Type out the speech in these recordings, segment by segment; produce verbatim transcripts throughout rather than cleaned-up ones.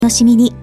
楽しみに。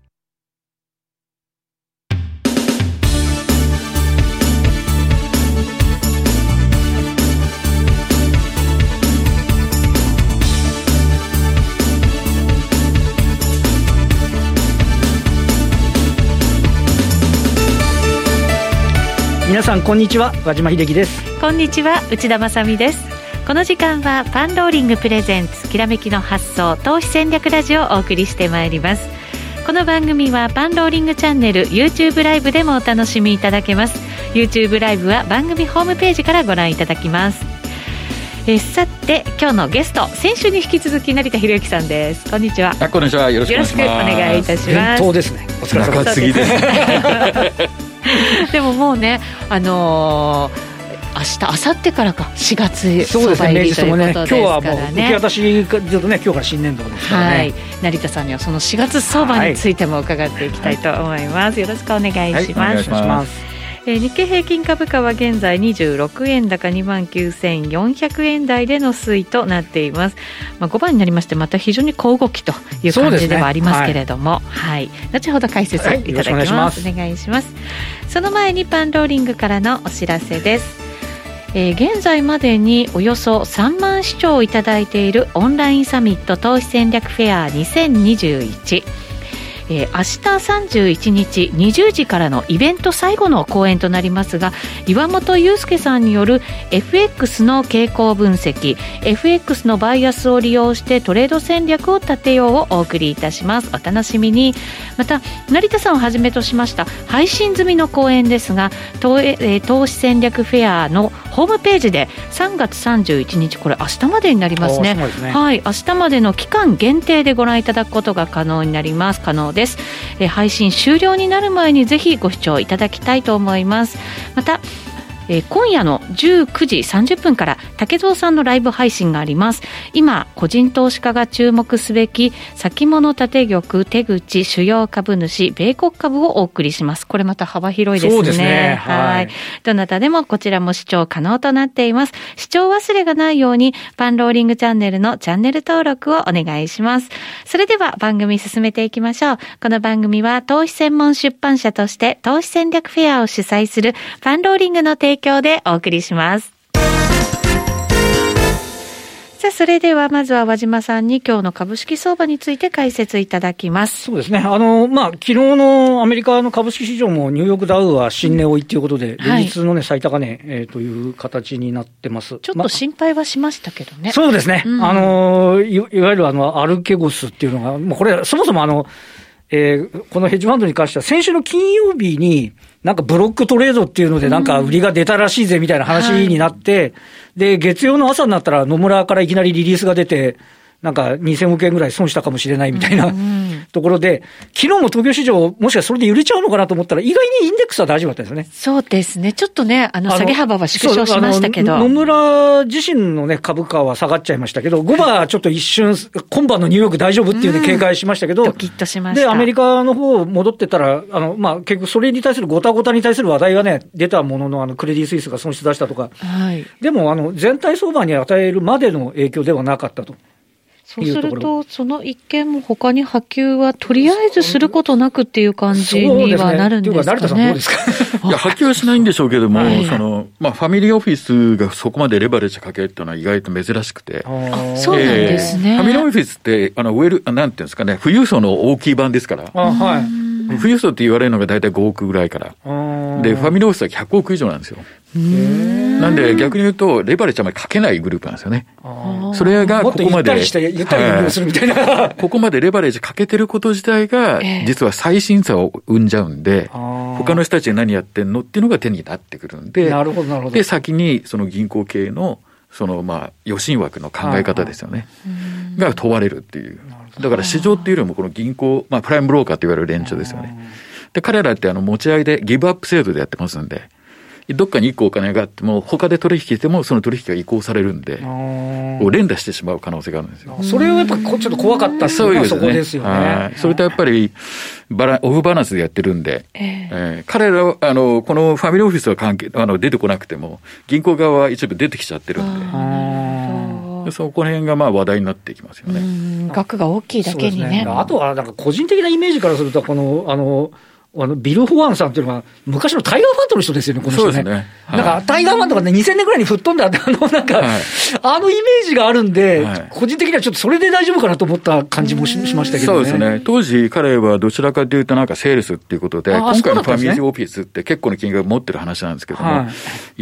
皆さんこんにちは、和島秀樹です。 こんにちは、内田まさみです。この時間はパンローリングプレゼンツきらめきの発想投資戦略ラジオをお送りしてまいります。この番組はパンローリングチャンネル YouTube ライブでもお楽しみいただけます。 YouTube ライブは番組ホームページからご覧いただきます。えさて今日のゲスト、先週に引き続き成田博之さんです。こんにちは。 あ、こんにちは。よろしくお願いします。 よろしくお願いいたします。 伝統ですね。お疲れ様です。 中継ぎですでももうね、あのー明日、明後日からかしがつ相場入りということですからね。 今日はもう受け渡しがずっとね、今日から新年度ですからね、はい、 成田さんにはそのしがつ相場についても伺っていきたいと思います、はい、よろしくお願いします、はい、お願いします。えー、日経平均株価は現在にじゅうろくえん高 にまんきゅうせんよんひゃくえん台での推移となっています。まあ、ごばんになりましてまた非常に小動きという感じではありますけれども、ね、はい、はい、後ほど解説をいただきます、はい、お願いします。その前にパンローリングからのお知らせです。えー、現在までにおよそさんまん視聴いただいているオンラインサミット投資戦略フェアにせんにじゅういち、えー、明日さんじゅういちにちにじゅうじからのイベント最後の講演となりますが、岩本裕介さんによる エフエックス の傾向分析、 エフエックス のバイアスを利用してトレード戦略を立てようをお送りいたします。お楽しみに。また成田さんをはじめとしました配信済みの講演ですが、投, えー、投資戦略フェアのホームページでさんがつさんじゅういちにち、これ明日までになります ね, すね、はい、明日までの期間限定でご覧いただくことが可能になります。可能です。えー、配信終了になる前にぜひご視聴いただきたいと思います。またえー、今夜のじゅうくじさんじゅっぷんから竹蔵さんのライブ配信があります。今個人投資家が注目すべき先物縦玉手口主要株主米国株をお送りします。これまた幅広いですね。 そうですね、はい、 どなたでもこちらも視聴可能となっています。視聴忘れがないようにパンローリングチャンネルのチャンネル登録をお願いします。それでは番組進めていきましょう。この番組は投資専門出版社として投資戦略フェアを主催するパンローリングの提供でお送りします。さあ、それではまずは和島さんに今日の株式相場について解説いただきます。 そうですね、あの、まあ、昨日のアメリカの株式市場もニューヨークダウは新値追いということで、うん、連日の、ね、最高値、えー、という形になってます。 ちょっと心配はしましたけどね、 ま、そうですね、うん、あの い, いわゆるあのアルケゴスっていうのが、もうこれそもそもあのえー、このヘッジファンドに関しては先週の金曜日になんかブロックトレードっていうのでなんか売りが出たらしいぜみたいな話になって、うん、はい、で月曜の朝になったら野村からいきなりリリースが出てなんかにせんおくえんぐらい損したかもしれないみたいな、うん、ところで、昨日も東京市場もしかそれで揺れちゃうのかなと思ったら意外にインデックスは大丈夫だったんですよね。 そうですね、ちょっとね、あの下げ幅は縮小しましたけど、 野村自身のね株価は下がっちゃいましたけど、ごばちょっと一瞬今晩のニューヨーク大丈夫っていうので警戒しましたけど、うん、 ドキッとしました。 でアメリカの方戻ってたら、あのまあ結局それに対するごたごたに対する話題がね出たものの、あのクレディ・スイスが損失出したとか、はい、でもあの全体相場に与えるまでの影響ではなかったと。 そうすると、その一件も他に波及はとりあえずすることなくっていう感じにはなるんですかね。 成田さんどうですか。 いや、波及はしないんでしょうけども、はい、その、まあ、ファミリーオフィスがそこまでレバレッジかけるっていうのは意外と珍しくて。 あ、そうなんですね。 えー、ファミリーオフィスって、あの、ウェル、なんていうんですかね、富裕層の大きい版ですから。 あ、はい。 富裕層って言われるのが大体ごおくぐらいから。で、ファミリーオフィスはひゃくおく以上なんですよ。なんで逆に言うとレバレッジあまりかけないグループなんですよね。それがここまでゆったり運用するみたいな、はい、 ここまでレバレッジかけてること自体が実は最新差を生んじゃうんで、えー、他の人たちが何やってんのっていうのが手になってくるんで、 なるほどなるほど。 で先にその銀行系のそのまあ予診枠の考え方ですよねが問われるっていう。だから市場っていうよりもこの銀行、まあプライムブローカーって言われる連中ですよね。で彼らってあの持ち合いでギブアップ制度でやってますんで、どっかに一個お金があっても他で取引してもその取引が移行されるんで、こう連打してしまう可能性があるんですよ。 それはやっぱちょっと怖かったっていうのはそこですよね。はい、 それとやっぱりバラオフバランスでやってるんで、えーえー、彼らはあのこのファミリーオフィスは関係あの出てこなくても銀行側は一部出てきちゃってるんで、 そこら辺がまあ話題になってきますよね。 うん額が大きいだけに ね, ねあとはなんか個人的なイメージからするとこのあのあのビル・ホワンさんっていうのは昔のタイガーファンドの人ですよね、この人ね。 そうですね。はい、 なんかタイガーファンドがね、にせんねんぐらいに吹っ飛んだ、あのなんか、はい、あのイメージがあるんで、はい、個人的にはちょっとそれで大丈夫かなと思った感じも し, しましたけどね。 そうですね。当時彼はどちらかというとなんかセールスっていうことで、今回のファミリーオフィスって結構な金額を持ってる話なんですけども、はい、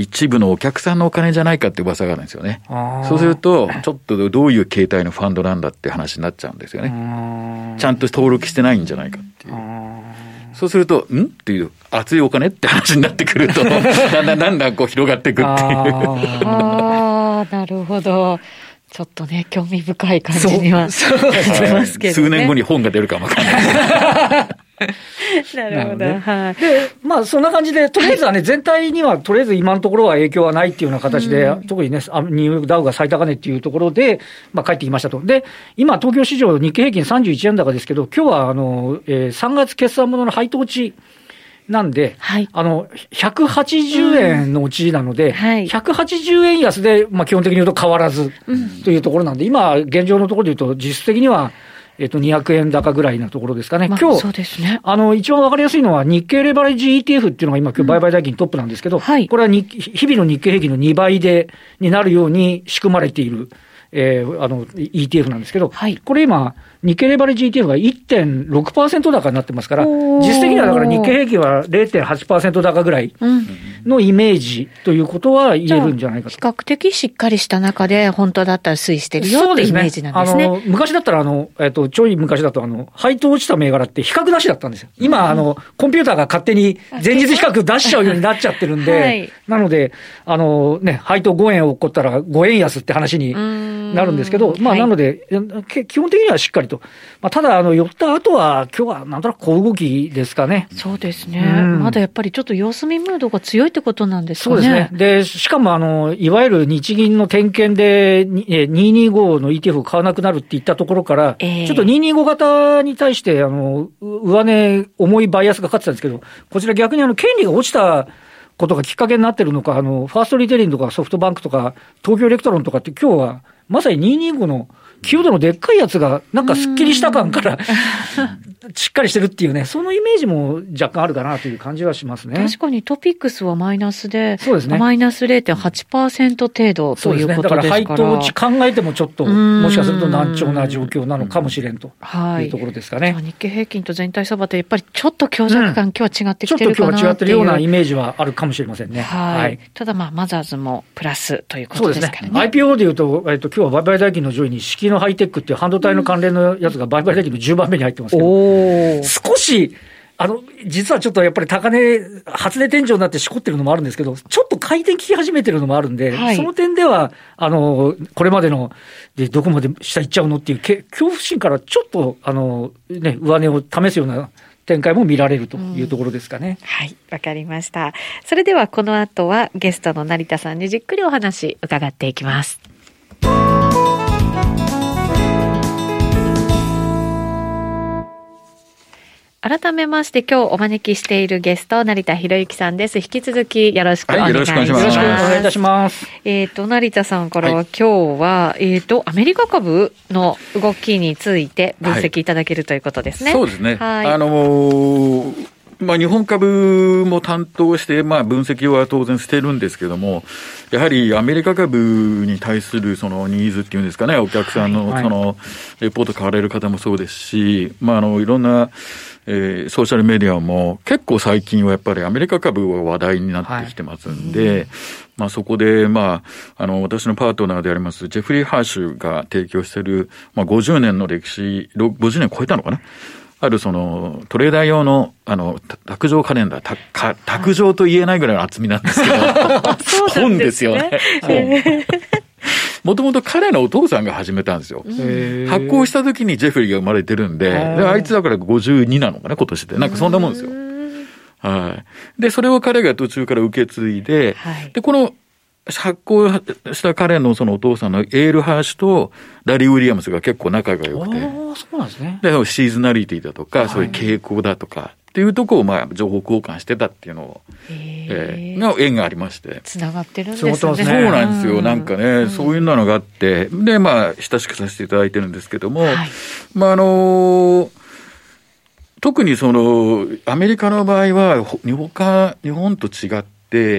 一部のお客さんのお金じゃないかって噂があるんですよね。そうすると、ちょっとどういう形態のファンドなんだって話になっちゃうんですよね。ちゃんと登録してないんじゃないかっていう。そうすると、んっていう、熱いお金って話になってくると、だんだんだんだんこう広がっていくっていう。 ああ、なるほど。ちょっとね、興味深い感じにはしてますけどね。 数年後に本が出るかもわかんない。 なるほど。はい。 で、まあそんな感じで、とりあえずはね、全体にはとりあえず今のところは影響はないっていうような形で、うん、特にね、ニューヨークダウが最高値っていうところで、まあ帰ってきましたと。で、今東京市場日経平均さんじゅういちえん高ですけど、今日はあの、えー、さんがつ決算ものの配当値なんで、はい、あの、ひゃくはちじゅうえんのうちなので、うんはい、ひゃくはちじゅうえん安で、まあ基本的に言うと変わらずというところなんで、うん、今現状のところで言うと実質的には、えっと、にひゃくえん高ぐらいなところですかね。 まあ、 今日、 そうですね。 あの、一番わかりやすいのは、日経レバレッジ イーティーエフ っていうのが今、今日売買代金トップなんですけど、うんはい、これは日日々の日経平均のにばいで、になるように仕組まれている、えー、あの、イーティーエフ なんですけど、はい、これ今、日経レバレッジ イーティーエフ が いってんろくパーセント 高になってますから、実質的にはだから日経平均は れいてんはちパーセント 高ぐらいのイメージということは言えるんじゃないかと。 比較的しっかりした中で、本当だったら推移してるよってイメージなんですね。 あの、昔だったら、あの、えっと、ちょい昔だと、あの、配当落ちた銘柄って比較なしだったんですよ。今、うん、あの、コンピューターが勝手に前日比較出しちゃうようになっちゃってるんで、はい、なので、あの、ね、配当ごえん起こったらごえん安って話になるんですけど、まあ、なので、はい、基本的にはしっかりと。まあ、ただ、あの、寄った後は、今日はなんとなく小動きですかね。 そうですね。うん、まだやっぱりちょっと様子見ムードが強いってことなんですかね。 そうですね。で、しかも、あの、いわゆる日銀の点検で、にひゃくにじゅうごの イーティーエフ を買わなくなるって言ったところから、えー、ちょっとにひゃくにじゅうご型に対して、あの、上値、重いバイアスがかかってたんですけど、こちら逆にあの、権利が落ちたことがきっかけになってるのか、あの、ファーストリテイリングとかソフトバンクとか、東京エレクトロンとかって今日は、まさににひゃくにじゅうごの寄与度のでっかいやつが、なんかスッキリした感から、しっかりしてるっていうね、そのイメージも若干あるかなという感じはしますね。 確かにトピックスはマイナスで、 そうですね。 マイナス れいてんはちパーセント 程度ということですから。そうですね。だから配当値考えてもちょっと、もしかすると難聴な状況なのかもしれんというところですかね。 はい、日経平均と全体相場ってやっぱりちょっと強弱感、うん、今日は違ってきてるかなっていう。ちょっと今日は違ってるようなイメージはあるかもしれませんね。 はい。はい、ただまあ、マザーズもプラスということですからね。そうですね。 アイピーオー でいうと、えっと、今日は売買代金の上位に、式のハイテックっていう半導体の関連のやつが売買代金のじゅうばんめに入ってますけど、お少し、あの、実はちょっとやっぱり高値、初値天井になってしこってるのもあるんですけど、ちょっと回転効き始めてるのもあるんで、はい、その点では、あの、これまでの、で、どこまで下行っちゃうのっていう恐怖心からちょっと、あの、ね、上値を試すような展開も見られるというところですかね。 うん、はい、わかりました。それではこの後はゲストの成田さんにじっくりお話伺っていきます。改めまして今日お招きしているゲスト成田博之さんです。引き続きよろしくお願いします。はい、よろしくお願いいたします。えっ、ー、と成田さんからは今日は、はい、えっ、ー、とアメリカ株の動きについて分析いただけるということですね。 はい、そうですね。はい、あのー。まあ、日本株も担当して、まあ、分析は当然してるんですけども、やはりアメリカ株に対するそのニーズっていうんですかね、お客さんのそのレポート買われる方もそうですし、まあ、あの、いろんな、えー、ソーシャルメディアも結構最近はやっぱりアメリカ株は話題になってきてますんで、はい、まあ、そこで、まあ、あの、私のパートナーであります、ジェフリー・ハーシュが提供している、まあ、ごじゅうねんの歴史、ごじゅうねん超えたのかな、あるそのトレーダー用のあの卓上カレンダー、た卓上と言えないぐらいの厚みなんですけど、本ですよね。もともと彼のお父さんが始めたんですよ。発行した時にジェフリーが生まれてるんで、であいつだからごじゅうになのかな今年で、なんかそんなもんですよ。はい。でそれを彼が途中から受け継いで、はい、でこの発行した彼のそのお父さんのエール・ハーシュとラリー・ウィリアムスが結構仲が良くて、 そうなんですね。 でシーズナリティだとか、はい、そういう傾向だとかっていうところをまあ情報交換してたっていうのを、えー、の縁がありまして。 つながってるんですね。 そうなんですよ。うん、なんかね、うん、そういうのがあって、で、まあ、親しくさせていただいてるんですけども、はい、まあ、あのー、特にその、アメリカの場合は、日本か、日本と違って、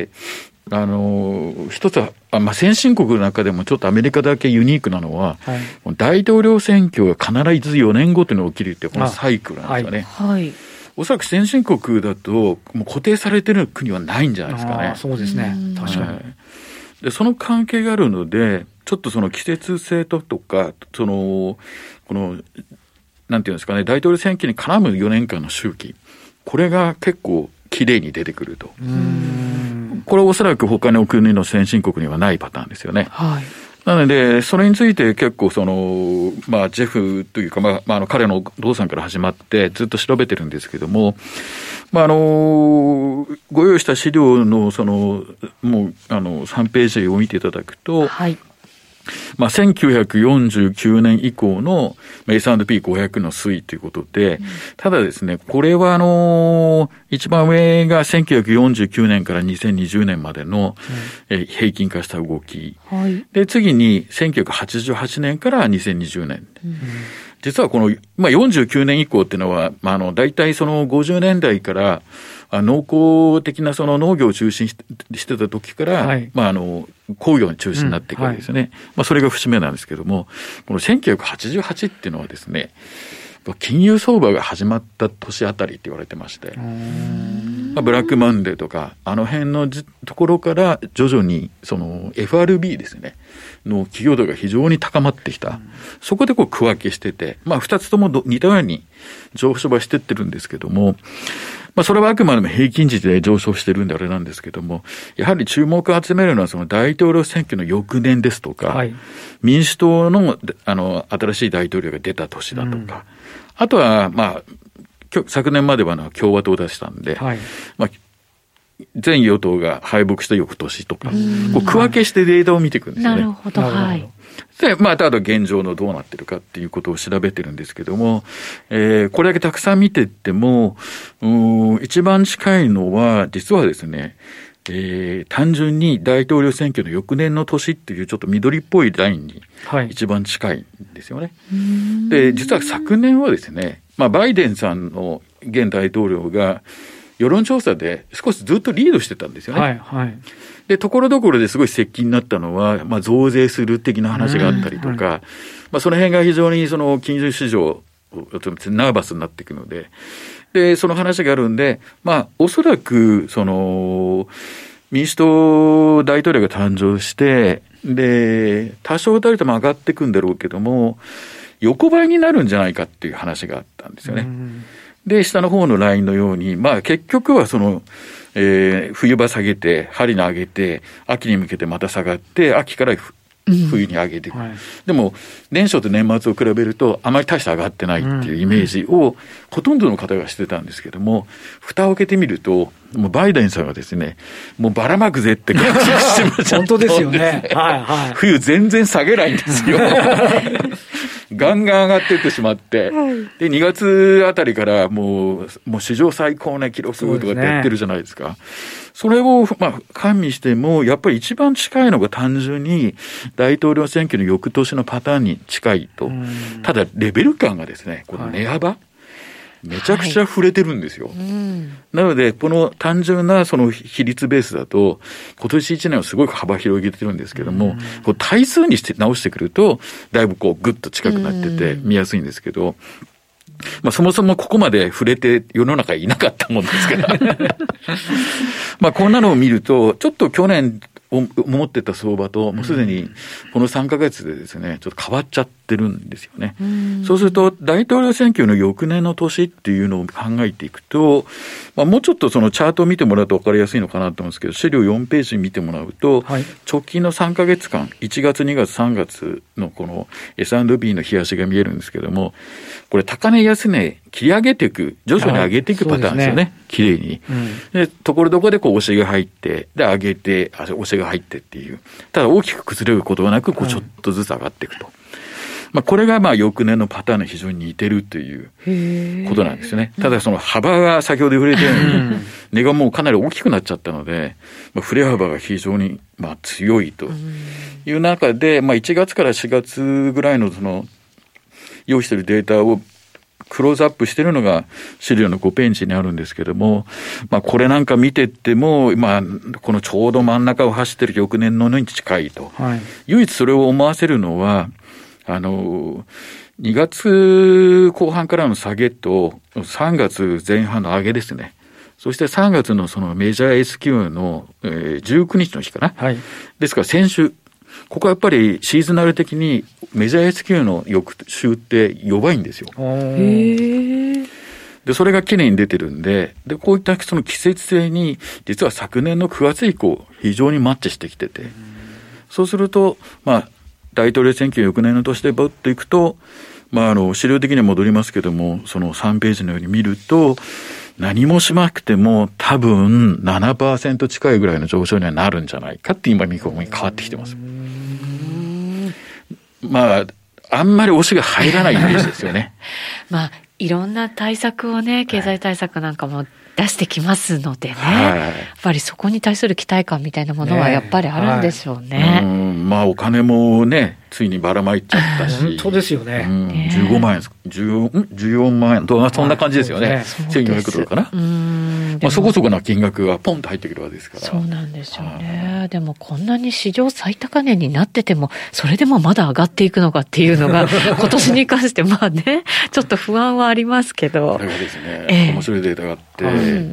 あのー、一つは、あまあ、先進国の中でもちょっとアメリカだけユニークなのは、はい、大統領選挙が必ずよねんごとに起きるってこのサイクルなんですよね。はいはいおそらく先進国だともう固定されてる国はないんじゃないですかね。 そうですね。確かに、はい。 で、その関係があるので、ちょっとその季節性ととか、その、この、なんていうんですかね、大統領選挙に絡むよねんかんの周期、これが結構きれいに出てくると。うんこれはおそらく他の国の先進国にはないパターンですよね。はい。なので、それについて結構その、まあ、ジェフというか、まあ、まあ、あの、彼の動産から始まってずっと調べてるんですけども、まあ、あの、ご用意した資料のその、もう、あの、さんページを見ていただくと、はい。まあ、せんきゅうひゃくよんじゅうきゅうねん以降の エスアンドピーごひゃく の推移ということで、うん、ただですね、これはあの、一番上がせんきゅうひゃくよんじゅうきゅうねんからにせんにじゅうねんまでの、うんえ平均化した動き、はい。で、次にせんきゅうひゃくはちじゅうはちねんからにせんにじゅうねん。うん実はこの、まあ、よんじゅうきゅうねん以降っていうのは、まあ、あの、大体そのごじゅうねんだいから、農耕的なその農業を中心してしてた時から、はい、まあ、あの、工業に中心になっていくわけですよね。うんはい、まあ、それが節目なんですけども、このせんきゅうひゃくはちじゅうはちっていうのはですね、金融相場が始まった年あたりって言われてまして、まあ、ブラックマンデーとか、あの辺のところから徐々に、その エフアールビー ですね、の企業度が非常に高まってきた。そこでこう区分けしてて、まあ二つとも似たように上昇はしてってるんですけども、まあそれはあくまでも平均値で上昇してるんであれなんですけども、やはり注目を集めるのはその大統領選挙の翌年ですとか、はい、民主党のあの新しい大統領が出た年だとか、うん、あとはまあ昨年まではの共和党を出したんで、はい、まあ全与党が敗北した翌年とか、こう区分けしてデータを見ていくんですよね。 なるほど、はい。 で、まあ、ただ現状のどうなってるかっていうことを調べてるんですけども、えー、これだけたくさん見ていっても、うーん、一番近いのは、実はですね、えー、単純に大統領選挙の翌年の年っていうちょっと緑っぽいラインに一番近いんですよね。はい、で、実は昨年はですね、まあ、バイデンさんの現大統領が、世論調査で少しずっとリードしてたんですよね。はいはい、で、ところどころですごい接近になったのは、まあ、増税する的な話があったりとか、うんはい、まあ、その辺が非常にその金融市場、ナーバスになっていくので、で、その話があるんで、まあ、おそらく、その、民主党大統領が誕生して、で、多少誰とも上がっていくんだろうけども、横ばいになるんじゃないかっていう話があったんですよね。うんで、下の方のラインのように、まあ結局はその、えー、冬場下げて、春に上げて、秋に向けてまた下がって、秋から冬に上げていく、うんはい。でも、年初と年末を比べると、あまり大して上がってないっていうイメージを、ほとんどの方がしてたんですけども、蓋を開けてみると、もうバイデンさんはですね、もうばらまくぜって感じがしてました。 本当ですよね。はいはい。 冬全然下げないんですよ。ガンガン上がっていってしまって、はい、で、にがつあたりからもう、もう史上最高な記録とかってやってるじゃないですか。それを、まあ、加味しても、やっぱり一番近いのが単純に大統領選挙の翌年のパターンに近いと。ただ、レベル感がですね、この値幅、はいめちゃくちゃ触れてるんですよ。はいうん、なので、この単純なその比率ベースだと、今年いちねんはすごく幅広げてるんですけども、うん、こう対数にして直してくると、だいぶこうグッと近くなってて見やすいんですけど、うん、まあそもそもここまで触れて世の中いなかったもんですから。まあこんなのを見ると、ちょっと去年、思ってた相場と、もうすでにこのさんかげつでですね、ちょっと変わっちゃってるんですよね。うそうすると、大統領選挙の翌年の年っていうのを考えていくと、まあ、もうちょっとそのチャートを見てもらうと分かりやすいのかなと思うんですけど、資料よんページ見てもらうと、はい、直近のさんかげつかん、いちがつ、にがつ、さんがつのこの エスアンドピー の冷やしが見えるんですけども、これ高値安値切り上げていく、徐々に上げていくパターンですよね。綺麗、ね、に、うん。で、ところどころでこう押しが入って、で、上げて、押しが入ってっていう。ただ大きく崩れることはなく、こうちょっとずつ上がっていくと。 まあ、これがまあ翌年のパターンに非常に似てるということなんですよね。ただその幅が先ほど触れたように値がもうかなり大きくなっちゃったので、まあ、振れ幅が非常にまあ強いという中で、まあ、いちがつからしがつぐらいのその用意しているデータをクローズアップしているのが資料のごページにあるんですけども、まあ、これなんか見てっても、まあ、このちょうど真ん中を走っている翌年のに近いと、はい、唯一それを思わせるのはあのにがつこう半からの下げとさんがつぜん半の上げですね。そしてさんがつのそのメジャー エスキュー の、えー、じゅうくにちの日かな、はい、ですから先週ここはやっぱりシーズナル的にメジャー エスキュー の翌週って弱いんですよ。へでそれが綺麗に出てるんで、でこういったその季節性に実は昨年のくがつ以降非常にマッチしてきてて、そうするとまあ大統領選挙翌年の年でバッといくと、まああの資料的には戻りますけども、そのさんページのように見ると何もしなくても多分 ななパーセント 近いぐらいの上昇にはなるんじゃないかって今見込み変わってきてます。まああんまり押しが入らないイメージですよね。 まあいろんな対策をね、経済対策なんかも出してきますのでね、はい、やっぱりそこに対する期待感みたいなものはやっぱりあるんでしょうね。ね、はい、 うんまあお金もねついにばらまいちゃったし、 本当ですよね。 うん、じゅうごまんえん、じゅうよんまんえんとそんな感じですよね。はい、せんきゅうひゃくドルかな。うんまあ、そこそこな金額がポンと入ってくるわけですから。 そうなんですよね。でもこんなに史上最高値になっててもそれでもまだ上がっていくのかっていうのが今年に関してまあねちょっと不安はありますけど。 これはですね、えー、面白いデータがあって、うん、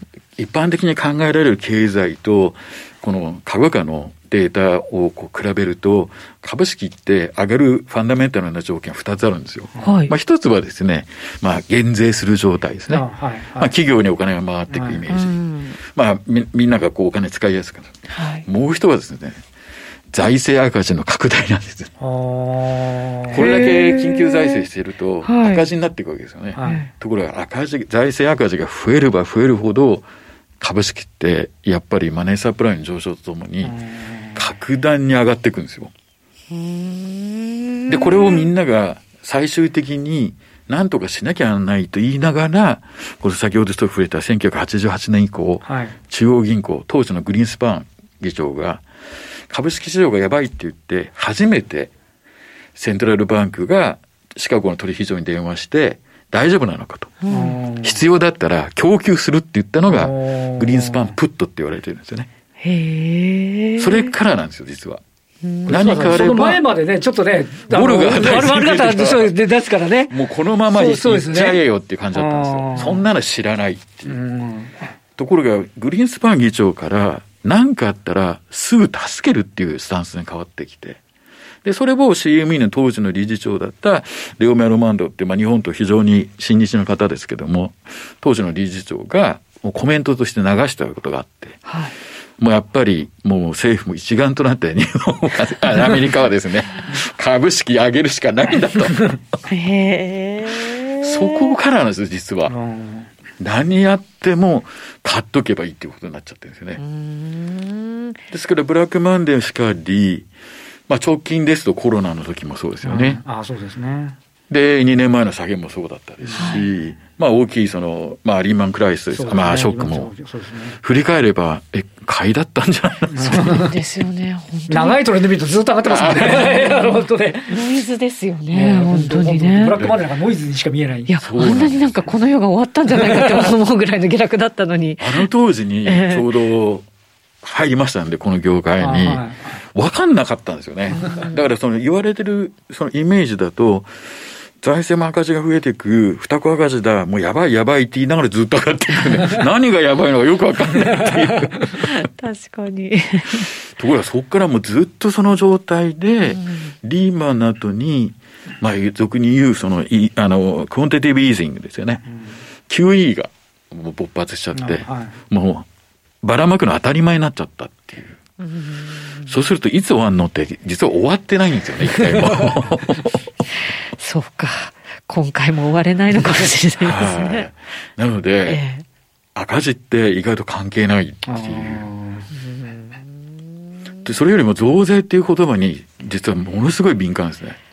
一般的に考えられる経済とこの株価のデータをこう比べると株式って上がるファンダメンタルな条件ふたつあるんですよ。はい、まあ、ひとつはですね、まあ、減税する状態ですね。あ、はいはい、まあ、企業にお金が回っていくイメージ、はい、うん、まあ、み, みんながこうお金使いやすくなる、はい、もう一つはですね財政赤字の拡大なんですよ。これだけ緊急財政していると赤字になっていくわけですよね。はい、ところが赤字財政赤字が増えれば増えるほど株式ってやっぱりマネーサプライの上昇とともに格段に上がっていくんですよ。でこれをみんなが最終的に何とかしなきゃならないと言いながら、これ先ほどちょっと触れたせんきゅうひゃくはちじゅうはちねん以降、はい、中央銀行当時のグリーンスパン議長が株式市場がやばいって言って初めてセントラルバンクがシカゴの取引所に電話して大丈夫なのかと、必要だったら供給するって言ったのがグリーンスパンプットって言われてるんですよね。へー、それからなんですよ実は。 何かあればその前までねちょっとねボルが悪かったですからね、 もうこのままにいっちゃえよっていう感じだったんですよ。 そ, そんなの知らないっていう、うん、ところがグリーンスパン議長から何かあったらすぐ助けるっていうスタンスに変わってきて、でそれを シーエムイー の当時の理事長だったレオ・メアロマンドって、まあ、日本と非常に親日の方ですけども、当時の理事長がもうコメントとして流したことがあって、はい、もうやっぱりもう政府も一丸となって日本はアメリカはですね株式上げるしかないんだとへー、そこからなんですよ実は。何やっても買っとけばいいっていうことになっちゃってるんですよね。うーん、ですからブラックマンデーしかり、まあ、直近ですとコロナの時もそうですよね。 うん、ああそうですね。 でにねんまえの下げもそうだったですし、はい、まあ大きいその、まあ、リーマンクライシス、ね、まあショックも、ね、振り返ればえ買いだったんじゃないですか。 そうですよね。本当に長いトレンド見るとずっと上がってますもんね。本当ね。 ノイズですよね。本当にね。 ブラックマネーなんかノイズにしか見えない。 いや、あんなになんかこの世が終わったんじゃないかって思うぐらいの下落だったのに。 あの当時にちょうど入りましたんで、この業界に。分かんなかったんですよね。だからその言われてるそのイメージだと、財政も赤字が増えていく、二子赤字だ、もうやばいやばいって言いながらずっと上がっていくね。何がやばいのかよく分かんないっていう。 確かに。 ところがそこからもうずっとその状態で、うん、リーマンの後に、まあ俗に言うその、あの、クオンティティブイージングですよね。うん、キューイー がもう勃発しちゃって、はい、もうばらまくの当たり前になっちゃったっていう。うん、そうするといつ終わんのって実は終わってないんですよね、一回も。 そうか、今回も終われないのかもしれないですね。 なので、えー、赤字って意外と関係ないっていう。でそれよりも増税っていう言葉に実はものすごい敏感ですね。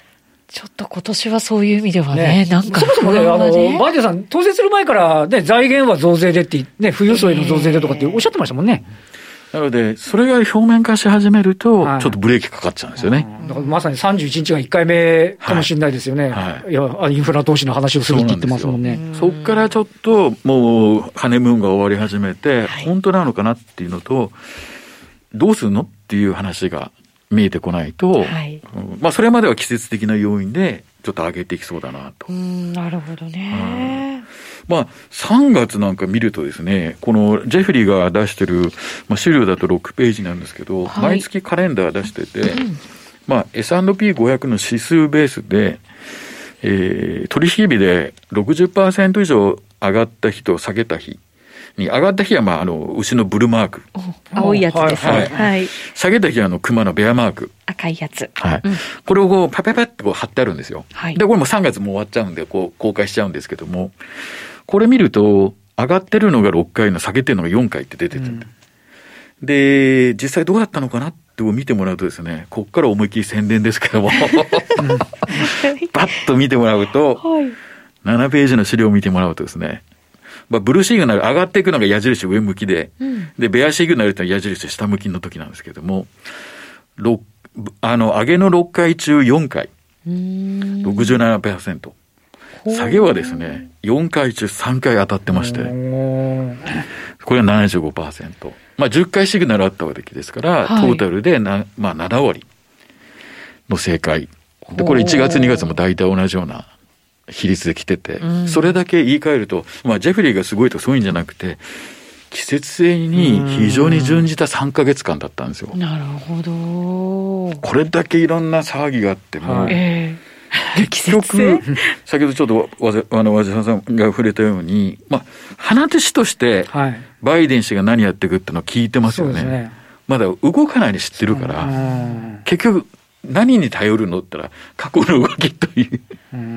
ちょっと今年はそういう意味ではね、ねなんか、 そもそもね、あの、バイデンさん、当選する前から、ね、財源は増税でって、ね、富裕層への増税でとかっておっしゃってましたもんね。 なので、それが表面化し始めると、ちょっとブレーキかかっちゃうんですよね。 だからまさにさんじゅういちにちがいっかいめかもしれないですよね。はい。いや、インフラ投資の話をするって言ってますもんね。 そこからちょっと、もう、ハネムーンが終わり始めて、はい、本当なのかなっていうのと、どうするのっていう話が見えてこないと、はいうん、まあ、それまでは季節的な要因で、ちょっと上げていきそうだなと。 うん、なるほどね。 まあ、さんがつなんか見るとですね、このジェフリーが出してる、まあ、資料だとろくページなんですけど、はい、毎月カレンダー出してて、うん、まあ、エスアンドピーごひゃく の指数ベースで、えー、取引日で ろくじゅっパーセント 以上上がった日と下げた日に、上がった日は、まあ、あの、牛のブルマーク。 青いやつですね。はい。はい、 下げた日は、あの、熊のベアマーク。 赤いやつ。 はい。うん、これをこう、パパパッとこう貼ってあるんですよ。はい。で、これもさんがつも終わっちゃうんで、こう、公開しちゃうんですけども、これ見ると、上がってるのがろっかいの、下げてるのがよんかいって出てて、うん、で、実際どうだったのかなって見てもらうとですね、こっから思いっきり宣伝ですけども、バッと見てもらうと、はい、ななページの資料を見てもらうとですね、まあ、ブルーシグナル上がっていくのが矢印上向きで、うん、で、ベアシグナルってのは矢印下向きの時なんですけども、あの、上げのろっかい中よんかい、ろくじゅうななパーセント。下げはですね、よんかい中さんかい当たってまして、これは ななじゅうごパーセント。まあじゅっかいシグナルあったわけですから、はい、トータルでな、まあななわりの正解。で、これいちがつにがつも大体同じような比率で来てて、うん、それだけ言い換えると、まあジェフリーがすごいとそういうんじゃなくて、季節性に非常に準じたさんかげつかんだったんですよ。 なるほど。 これだけいろんな騒ぎがあっても、はいえー結局、先ほどちょっとわざ、あの、和島さんが触れたように、まあ、鼻手師として、バイデン氏が何やっていくってのを聞いてますよね。はい、ねまだ動かないに知ってるから、結局、何に頼るのって言ったら、過去の動きという、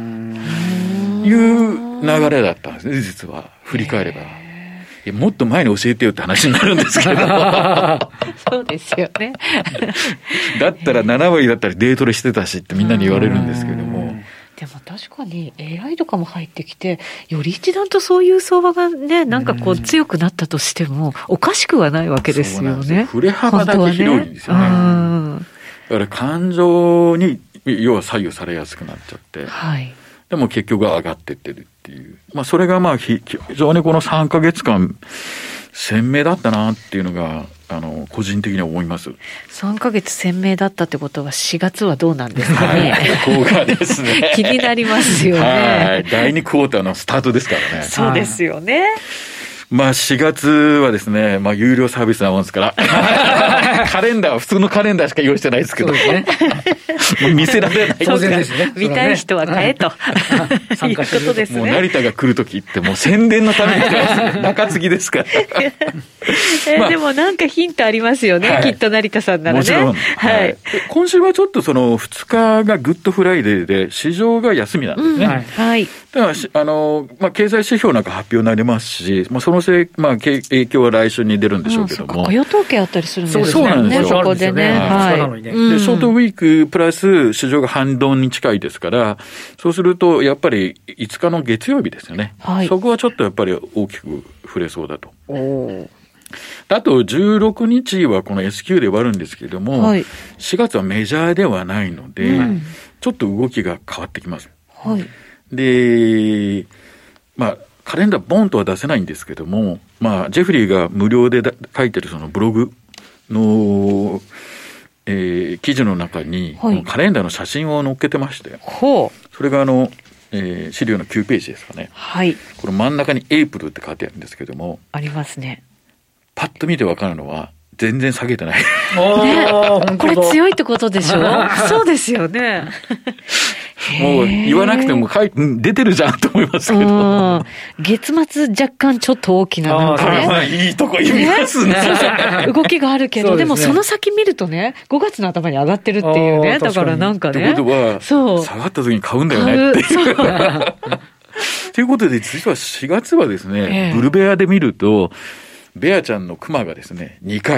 いう流れだったんですね、実は。振り返れば。もっと前に教えてよって話になるんですけどそうですよねだったらななわりだったりデートレしてたしってみんなに言われるんですけどもでも確かに エーアイ とかも入ってきてより一段とそういう相場がねなんかこう強くなったとしてもおかしくはないわけですよね。 振れ幅だけ広いんですよね。だから感情に要は左右されやすくなっちゃって、はい、でも結局上がってってるっていう。まあそれがまあ非常にこのさんかげつかん鮮明だったなっていうのが、あの、個人的には思います。 さんかげつ鮮明だったってことはしがつはどうなんですかね。 はい、ここがですね。 気になりますよね。 はい。だいにクォーターのスタートですからね。 そうですよね。 まあしがつはですね、まあ有料サービスなもんですから、カレンダーは普通のカレンダーしか用意してないですけど、ね、もう見せられない。 当然ですね。 見たい人は買えと。いうことですね。 もう成田が来るときってもう宣伝のために来てますね。中継ぎですから。 えまあ、でもなんかヒントありますよね、はい、きっと成田さんならね。 もちろん。はい。はい、今週はちょっとそのふつかがグッドフライデーで市場が休みなんですね。うん、はい。だからあの、まあ、経済指標なんか発表になりますし、まあ、そのせい、まあ、影響は来週に出るんでしょうけども。 うん、雇用統計あったりするんですね。 そうなんですよ。 そこでね。 はい。で、ショートウィークプラス市場が反動に近いですから、そうするとやっぱりいつかの月曜日ですよね。はい。そこはちょっとやっぱり大きく触れそうだと。おあとじゅうろくにちはこの エスキュー で終わるんですけれども、はい、しがつはメジャーではないので、うん、ちょっと動きが変わってきます。はい。で、まあ、カレンダーボンとは出せないんですけども、まあ、ジェフリーが無料で書いてるそのブログの、えー、記事の中に、はい、カレンダーの写真を載っけてまして、ほうそれがあの、えー、資料のきゅうページですかね。はい。これ真ん中にエイプルって書いてあるんですけども。 ありますね。 パッと見てわかるのは、全然下げてない。 ね、これ強いってことでしょそうですよね。 もう言わなくても書い出てるじゃんと思いますけど。 月末若干ちょっと大きななんかね。 あいいとこ言いますね。そうそう動きがあるけど、で, でもその先見るとね、ごがつの頭に上がってるっていうね。だからなんかね。 ってことは、そう下がった時に買うんだよねっていう。ということで、実はしがつはですね、えー、ブルベアで見ると、ベアちゃんのクマがですね、にかい。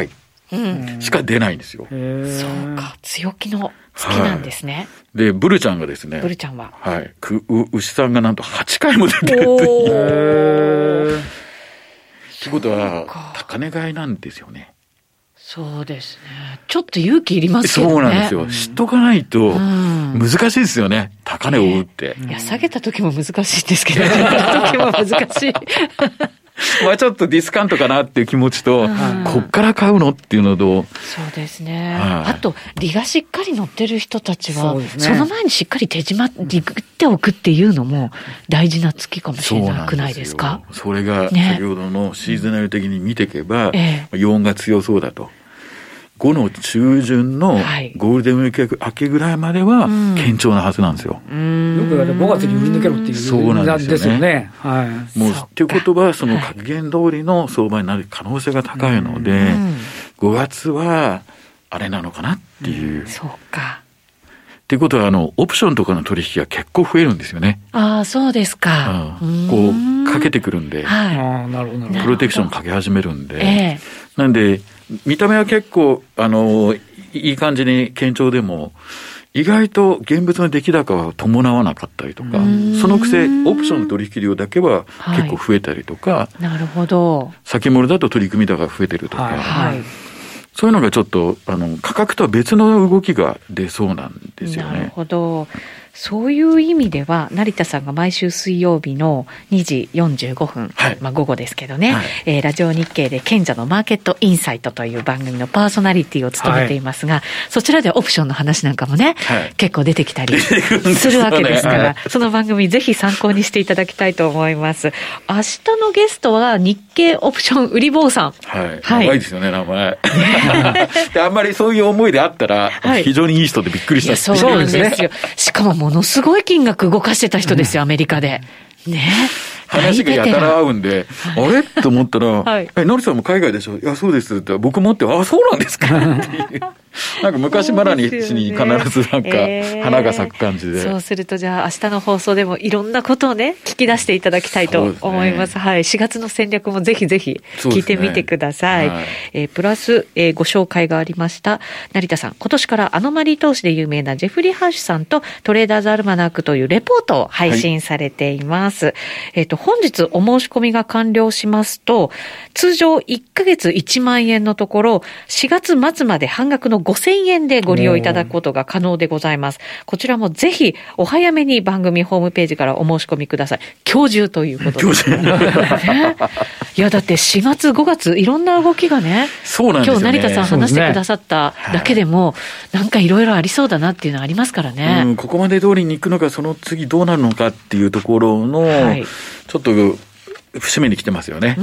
しか出ないんですよ。 そうか、強気の月なんですね。 はい、でブルちゃんがですね、 ブルちゃんは、 はい、く牛さんがなんとはちかいも出てるという。ってことは高値買いなんですよね。 そうですね。ちょっと勇気いりますけどね。 そうなんですよ。知っとかないと難しいですよね。高値を打って。 いや、下げた時も難しいですけど、上げた時も難しい。 まあちょっとディスカウントかなっていう気持ちと、こっから買うのっていうのと。 そうですね。はい、あと、利がしっかり乗ってる人たちは、そ, ね、その前にしっかり手締まっておくっていうのも大事な月かもしれなくないですか。 それが先ほどのシーズナル的に見ていけば、ね、よんが強そうだと。ごの中旬のゴールデンウィーク明けぐらいまでは堅調なはずなんですよ。 うん、よく言われてごがつに売り抜けろっていうそうなんですよね。 はい。 もうっていうことはその格言通りの相場になる可能性が高いので、うん、ごがつはあれなのかなっていう。 うん、そうか。 っていうことはあのオプションとかの取引が結構増えるんですよね。 ああ、そうですか。 うん、こうかけてくるんで、 はい、あ、なるほど、 プロテクションかけ始めるんで、 えー、 なんで見た目は結構あのいい感じに堅調でも意外と現物の出来高は伴わなかったりとか、そのくせオプションの取引量だけは結構増えたりとか、はい、 なるほど。 先物だと取り組み高が増えてるとか、 はいはい、 そういうのがちょっとあの価格とは別の動きが出そうなんですよね。 なるほど。そういう意味では成田さんが毎週水曜日のにじよんじゅうごふん、はい、まあ、午後ですけどね、はい、えー、ラジオ日経で賢者のマーケットインサイトという番組のパーソナリティを務めていますが、はい、そちらではオプションの話なんかもね、はい、結構出てきたりするわけですから、はい、その番組ぜひ参考にしていただきたいと思います。明日のゲストは日経オプション売り坊さん、 はい、はい、長いですよね名前であんまりそういう思いであったら、はい、非常にいい人でびっくりした。 そうなんですよ。しかもものすごい金額動かしてた人ですよ、アメリカで。ね。 話がやたら合うんで、あれと思ったら、はい、え、のりさんも海外でしょ？いや、そうですって、僕もって、あ、そうなんですかっていう。なんか昔話に必ずなんか花が咲く感じで。 そう、ね、えー、そうするとじゃあ明日の放送でもいろんなことをね、聞き出していただきたいと思います。すね、はい。しがつの戦略もぜひぜひ聞いてみてください。ね、はい、えー、プラス、えー、ご紹介がありました、成田さん、今年からアノマリー投資で有名なジェフリー・ハーシュさんとトレーダーズ・アルマナックというレポートを配信されています。はい、えっと、本日お申し込みが完了しますと、通常いっかげついちまんえんのところ、しがつ末まで半額のごせんえんでご利用いただくことが可能でございます。こちらもぜひお早めに番組ホームページからお申し込みください。今日中ということで。今日中、ね、いやだってしがつごがついろんな動きがね、 そうなんですよね。 今日成田さん話してくださっただけでも、でね、なんかいろいろありそうだなっていうのはありますからね。 うん、ここまで通りに行くのか、その次どうなるのかっていうところの、はい、ちょっと節目に来てますよね。 うん、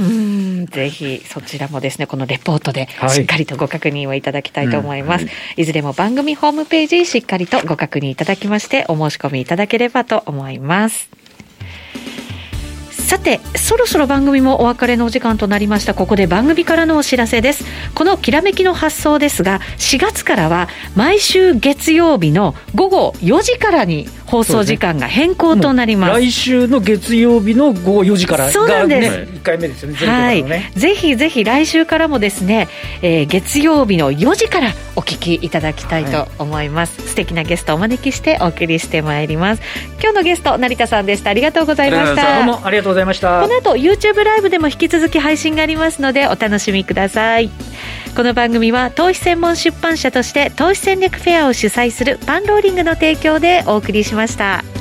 ぜひそちらもですね、このレポートでしっかりとご確認をいただきたいと思います。はい、うん、はい、いずれも番組ホームページしっかりとご確認いただきまして、お申し込みいただければと思います。さて、そろそろ番組もお別れのお時間となりました。ここで番組からのお知らせです。このきらめきの発想ですが、しがつからは毎週月曜日の午後よじからに放送時間が変更となります。 来週の月曜日の午後よじからが、ね、 そうなんです。 いっかいめですよね。 はい、ぜひぜひ来週からもですね、えー、月曜日のよじからお聞きいただきたいと思います。はい、素敵なゲストをお招きしてお送りしてまいります。今日のゲスト成田さんでした。ありがとうございました。 どうもありがとうございました。 この後 YouTube ライブでも引き続き配信がありますのでお楽しみください。この番組は投資専門出版社として投資戦略フェアを主催するパンローリングの提供でお送りしました。